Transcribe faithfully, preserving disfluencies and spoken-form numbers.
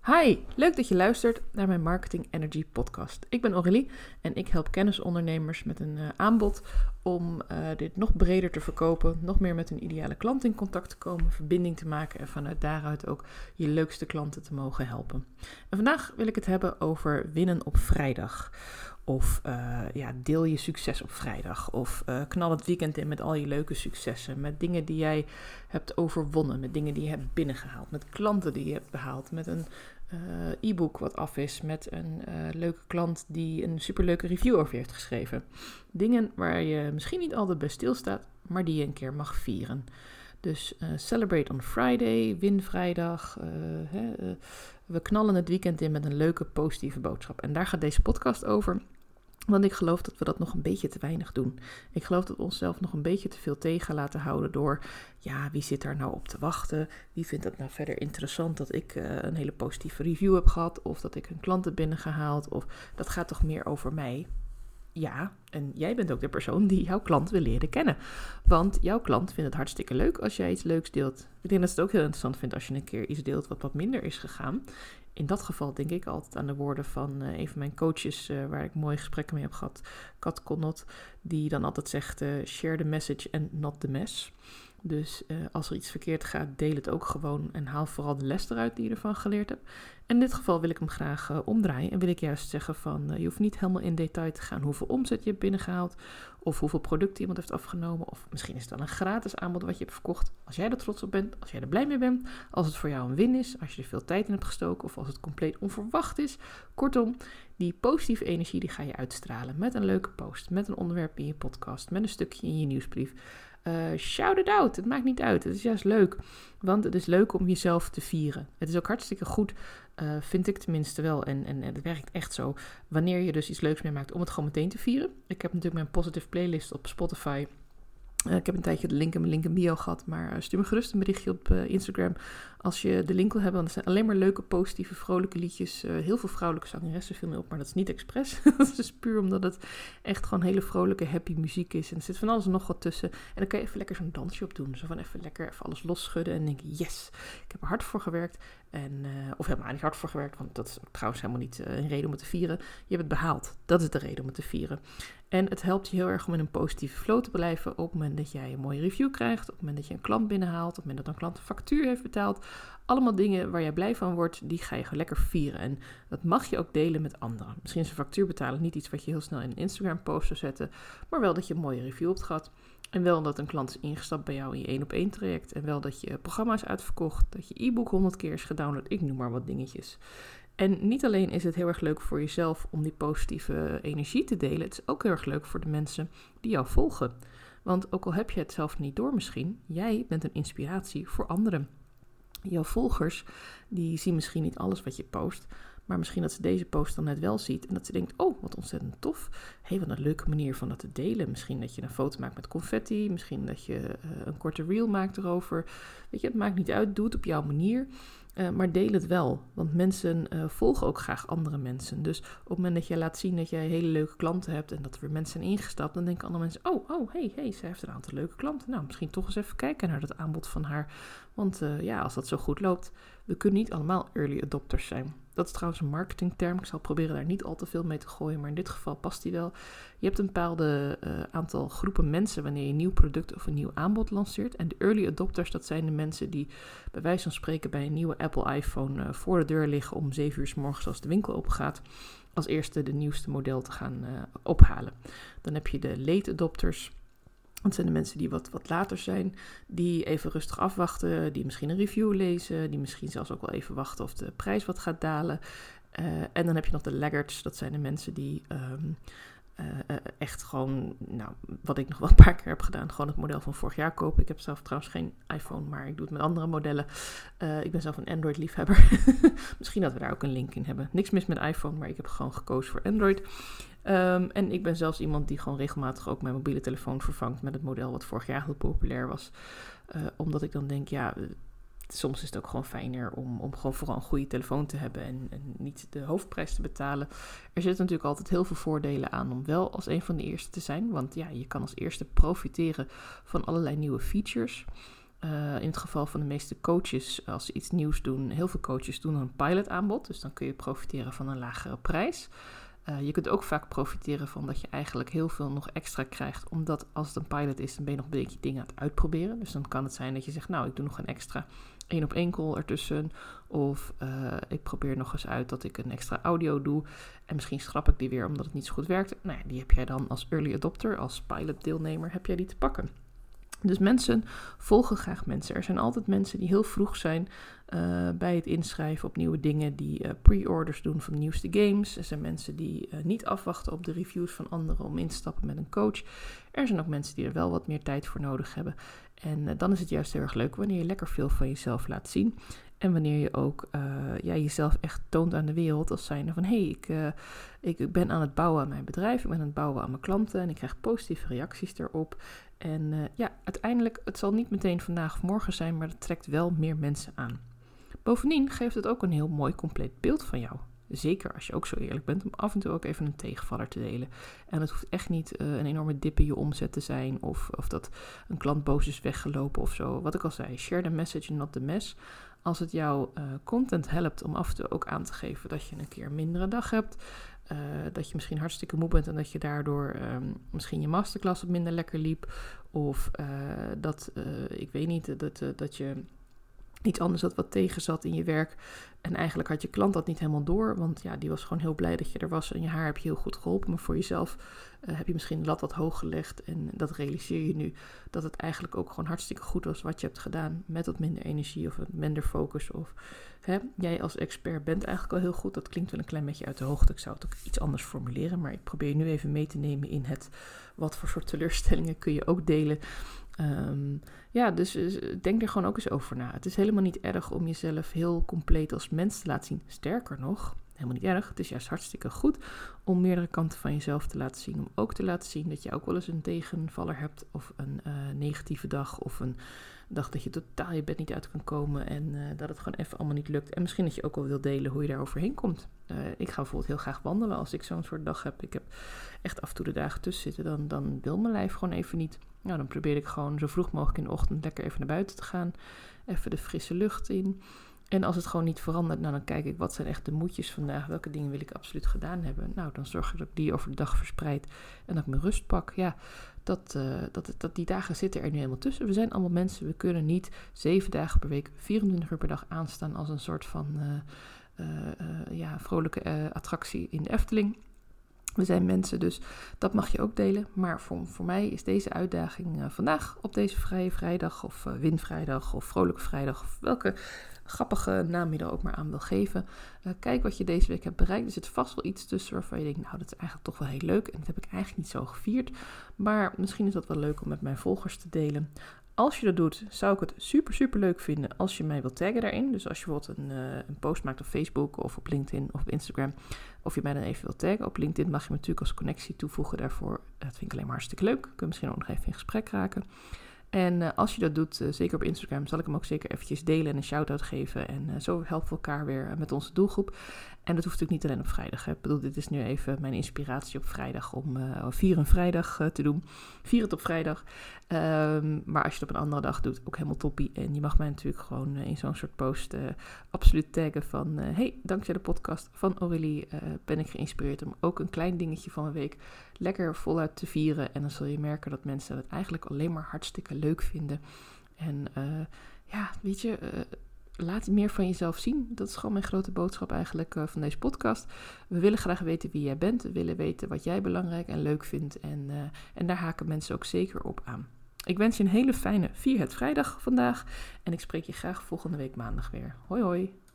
Hi, leuk dat je luistert naar mijn Marketing Energy podcast. Ik ben Aurélie en ik help kennisondernemers met een uh, aanbod om uh, dit nog breder te verkopen, nog meer met hun ideale klant in contact te komen, verbinding te maken en vanuit daaruit ook je leukste klanten te mogen helpen. En vandaag wil ik het hebben over winnen op vrijdag. Of uh, ja, deel je succes op vrijdag. Of uh, knal het weekend in met al je leuke successen. Met dingen die jij hebt overwonnen. Met dingen die je hebt binnengehaald. Met klanten die je hebt behaald. Met een uh, e-book wat af is. Met een uh, leuke klant die een superleuke review over je heeft geschreven. Dingen waar je misschien niet altijd bij stilstaat, maar die je een keer mag vieren. Dus uh, celebrate on Friday, win vrijdag. Uh, hè, uh, we knallen het weekend in met een leuke positieve boodschap. En daar gaat deze podcast over. Want ik geloof dat we dat nog een beetje te weinig doen. Ik geloof dat we onszelf nog een beetje te veel tegen laten houden door, ja, wie zit daar nou op te wachten? Wie vindt het nou verder interessant dat ik uh, een hele positieve review heb gehad? Of dat ik een klant heb binnengehaald? Of dat gaat toch meer over mij? Ja, en jij bent ook de persoon die jouw klant wil leren kennen. Want jouw klant vindt het hartstikke leuk als jij iets leuks deelt. Ik denk dat ze het ook heel interessant vindt als je een keer iets deelt wat wat minder is gegaan. In dat geval denk ik altijd aan de woorden van uh, een van mijn coaches, uh, waar ik mooie gesprekken mee heb gehad, Kat Connot, die dan altijd zegt, uh, share the message and not the mess. Dus uh, als er iets verkeerd gaat, deel het ook gewoon en haal vooral de les eruit die je ervan geleerd hebt. En in dit geval wil ik hem graag uh, omdraaien en wil ik juist zeggen van, uh, je hoeft niet helemaal in detail te gaan hoeveel omzet je hebt binnengehaald of hoeveel producten iemand heeft afgenomen. Of misschien is het dan een gratis aanbod wat je hebt verkocht. Als jij er trots op bent, als jij er blij mee bent, als het voor jou een win is, als je er veel tijd in hebt gestoken of als het compleet onverwacht is. Kortom, die positieve energie die ga je uitstralen met een leuke post, met een onderwerp in je podcast, met een stukje in je nieuwsbrief. Uh, shout it out, het maakt niet uit, het is juist leuk, want het is leuk om jezelf te vieren. Het is ook hartstikke goed, uh, vind ik tenminste wel, en, en, en het werkt echt zo, wanneer je dus iets leuks meemaakt om het gewoon meteen te vieren. Ik heb natuurlijk mijn positive playlist op Spotify. Uh, ik heb een tijdje de link in mijn link in bio gehad, maar uh, stuur me gerust een berichtje op uh, Instagram als je de link wil hebben. Want er zijn alleen maar leuke, positieve, vrolijke liedjes. Uh, heel veel vrouwelijke zangeressen viel me op, maar dat is niet expres. Dat is puur omdat het echt gewoon hele vrolijke, happy muziek is. En er zit van alles en nog wat tussen. En dan kan je even lekker zo'n dansje op doen. Zo van even lekker even alles losschudden en denk yes, ik heb er hard voor gewerkt. En, uh, of helemaal niet hard voor gewerkt, want dat is trouwens helemaal niet uh, een reden om het te vieren. Je hebt het behaald. Dat is de reden om het te vieren. En het helpt je heel erg om in een positieve flow te blijven op het moment dat jij een mooie review krijgt, op het moment dat je een klant binnenhaalt, op het moment dat een klant een factuur heeft betaald. Allemaal dingen waar jij blij van wordt, die ga je gewoon lekker vieren. En dat mag je ook delen met anderen. Misschien is een factuur betalen niet iets wat je heel snel in een Instagram post zou zetten, maar wel dat je een mooie review hebt gehad. En wel dat een klant is ingestapt bij jou in je één op één traject. En wel dat je programma is uitverkocht, dat je e-book honderd keer is gedownload. Ik noem maar wat dingetjes. En niet alleen is het heel erg leuk voor jezelf om die positieve energie te delen. Het is ook heel erg leuk voor de mensen die jou volgen. Want ook al heb je het zelf niet door misschien, jij bent een inspiratie voor anderen. Jouw volgers, die zien misschien niet alles wat je post, maar misschien dat ze deze post dan net wel ziet en dat ze denkt, oh, wat ontzettend tof. Hé, hey, wat een leuke manier van dat te delen. Misschien dat je een foto maakt met confetti, misschien dat je uh, een korte reel maakt erover. Weet je, het maakt niet uit, doe het op jouw manier. Uh, maar deel het wel, want mensen uh, volgen ook graag andere mensen. Dus op het moment dat jij laat zien dat jij hele leuke klanten hebt en dat er weer mensen zijn ingestapt, dan denken andere mensen, oh, oh, hey, hey, zij heeft een aantal leuke klanten. Nou, misschien toch eens even kijken naar dat aanbod van haar. Want uh, ja, als dat zo goed loopt, we kunnen niet allemaal early adopters zijn. Dat is trouwens een marketingterm. Ik zal proberen daar niet al te veel mee te gooien, maar in dit geval past die wel. Je hebt een bepaalde uh, aantal groepen mensen wanneer je een nieuw product of een nieuw aanbod lanceert. En de early adopters, dat zijn de mensen die bij wijze van spreken bij een nieuwe Apple iPhone uh, voor de deur liggen om zeven uur 's morgens als de winkel open gaat, als eerste de nieuwste model te gaan uh, ophalen. Dan heb je de late adopters. Dat zijn de mensen die wat, wat later zijn, die even rustig afwachten, die misschien een review lezen, die misschien zelfs ook wel even wachten of de prijs wat gaat dalen. Uh, en dan heb je nog de laggards, dat zijn de mensen die um, uh, uh, echt gewoon, nou, wat ik nog wel een paar keer heb gedaan, gewoon het model van vorig jaar kopen. Ik heb zelf trouwens geen iPhone, maar ik doe het met andere modellen. Uh, ik ben zelf een Android-liefhebber. Misschien dat we daar ook een link in hebben. Niks mis met iPhone, maar ik heb gewoon gekozen voor Android. Um, en ik ben zelfs iemand die gewoon regelmatig ook mijn mobiele telefoon vervangt met het model wat vorig jaar heel populair was. Uh, omdat ik dan denk, ja, soms is het ook gewoon fijner om, om gewoon vooral een goede telefoon te hebben en, en niet de hoofdprijs te betalen. Er zitten natuurlijk altijd heel veel voordelen aan om wel als een van de eerste te zijn. Want ja, je kan als eerste profiteren van allerlei nieuwe features. Uh, in het geval van de meeste coaches, als ze iets nieuws doen, heel veel coaches doen een pilotaanbod. Dus dan kun je profiteren van een lagere prijs. Uh, je kunt ook vaak profiteren van dat je eigenlijk heel veel nog extra krijgt. Omdat als het een pilot is, dan ben je nog een beetje dingen aan het uitproberen. Dus dan kan het zijn dat je zegt, nou, ik doe nog een extra één op één call ertussen. Of uh, ik probeer nog eens uit dat ik een extra audio doe. En misschien schrap ik die weer omdat het niet zo goed werkt. Nou ja, die heb jij dan als early adopter, als pilot deelnemer, heb jij die te pakken. Dus mensen volgen graag mensen. Er zijn altijd mensen die heel vroeg zijn uh, bij het inschrijven op nieuwe dingen, die uh, pre-orders doen van de nieuwste games. Er zijn mensen die uh, niet afwachten op de reviews van anderen om in te stappen met een coach. Er zijn ook mensen die er wel wat meer tijd voor nodig hebben. En uh, dan is het juist heel erg leuk wanneer je lekker veel van jezelf laat zien. En wanneer je ook uh, ja, jezelf echt toont aan de wereld als zijnde van... hé, hey, ik, uh, ik ben aan het bouwen aan mijn bedrijf, ik ben aan het bouwen aan mijn klanten... en ik krijg positieve reacties erop. En uh, ja, uiteindelijk, het zal niet meteen vandaag of morgen zijn... maar het trekt wel meer mensen aan. Bovendien geeft het ook een heel mooi compleet beeld van jou. Zeker als je ook zo eerlijk bent om af en toe ook even een tegenvaller te delen. En het hoeft echt niet uh, een enorme dip in je omzet te zijn... Of, of dat een klant boos is weggelopen of zo. Wat ik al zei, share the message, not the mess... Als het jouw uh, content helpt om af en toe ook aan te geven dat je een keer een mindere dag hebt. Uh, dat je misschien hartstikke moe bent en dat je daardoor um, misschien je masterclass wat minder lekker liep. Of uh, dat, uh, ik weet niet, dat, uh, dat je iets anders had wat tegen zat in je werk. En eigenlijk had je klant dat niet helemaal door. Want ja, die was gewoon heel blij dat je er was en je haar heb je heel goed geholpen. Maar voor jezelf uh, heb je misschien de lat wat hoog gelegd. En dat realiseer je nu dat het eigenlijk ook gewoon hartstikke goed was wat je hebt gedaan. Met wat minder energie of wat minder focus. Of hè, jij als expert bent eigenlijk al heel goed. Dat klinkt wel een klein beetje uit de hoogte. Ik zou het ook iets anders formuleren. Maar ik probeer nu even mee te nemen in het wat voor soort teleurstellingen kun je ook delen. Um, ja, dus uh, denk er gewoon ook eens over na. Het is helemaal niet erg om jezelf heel compleet als mens te laten zien. Sterker nog, helemaal niet erg. Het is juist hartstikke goed om meerdere kanten van jezelf te laten zien. Om ook te laten zien dat je ook wel eens een tegenvaller hebt. Of een uh, negatieve dag. Of een dag dat je totaal je bed niet uit kan komen. En uh, dat het gewoon even allemaal niet lukt. En misschien dat je ook wel wil delen hoe je daar overheen komt. Uh, ik ga bijvoorbeeld heel graag wandelen als ik zo'n soort dag heb. Ik heb echt af en toe de dagen tussen zitten. Dan, dan wil mijn lijf gewoon even niet. Nou, dan probeer ik gewoon zo vroeg mogelijk in de ochtend lekker even naar buiten te gaan. Even de frisse lucht in. En als het gewoon niet verandert, nou dan kijk ik wat zijn echt de moedjes vandaag. Welke dingen wil ik absoluut gedaan hebben? Nou, dan zorg ik dat ik die over de dag verspreid en dat ik mijn rust pak. Ja, dat, uh, dat, dat, die dagen zitten er nu helemaal tussen. We zijn allemaal mensen, we kunnen niet zeven dagen per week, vierentwintig uur per dag aanstaan als een soort van uh, uh, uh, ja, vrolijke uh, attractie in de Efteling. We zijn mensen, dus dat mag je ook delen. Maar voor, voor mij is deze uitdaging uh, vandaag op deze vrije vrijdag of uh, winvrijdag of vrolijke vrijdag of welke grappige naam je er ook maar aan wil geven. Uh, kijk wat je deze week hebt bereikt. Er zit vast wel iets tussen waarvan je denkt, nou dat is eigenlijk toch wel heel leuk. En dat heb ik eigenlijk niet zo gevierd. Maar misschien is dat wel leuk om met mijn volgers te delen. Als je dat doet, zou ik het super, super leuk vinden als je mij wilt taggen daarin. Dus als je bijvoorbeeld een, uh, een post maakt op Facebook of op LinkedIn of op Instagram. Of je mij dan even wilt taggen. Op LinkedIn mag je me natuurlijk als connectie toevoegen daarvoor. Dat vind ik alleen maar hartstikke leuk. Kun je misschien ook nog even in gesprek raken. En uh, als je dat doet, uh, zeker op Instagram, zal ik hem ook zeker eventjes delen en een shout-out geven. En uh, zo helpen we elkaar weer uh, met onze doelgroep. En dat hoeft natuurlijk niet alleen op vrijdag. Hè. Ik bedoel, dit is nu even mijn inspiratie op vrijdag om uh, vier een vrijdag uh, te doen. Vier het op vrijdag. Um, maar als je het op een andere dag doet, ook helemaal toppie. En je mag mij natuurlijk gewoon uh, in zo'n soort post uh, absoluut taggen van... Uh, hey, dankzij de podcast van Aurélie uh, ben ik geïnspireerd om ook een klein dingetje van mijn week lekker voluit te vieren. En dan zul je merken dat mensen het eigenlijk alleen maar hartstikke leuk vinden. En uh, ja, weet je... Uh, Laat meer van jezelf zien. Dat is gewoon mijn grote boodschap eigenlijk uh, van deze podcast. We willen graag weten wie jij bent. We willen weten wat jij belangrijk en leuk vindt. En, uh, en daar haken mensen ook zeker op aan. Ik wens je een hele fijne Vier het Vrijdag vandaag. En ik spreek je graag volgende week maandag weer. Hoi hoi.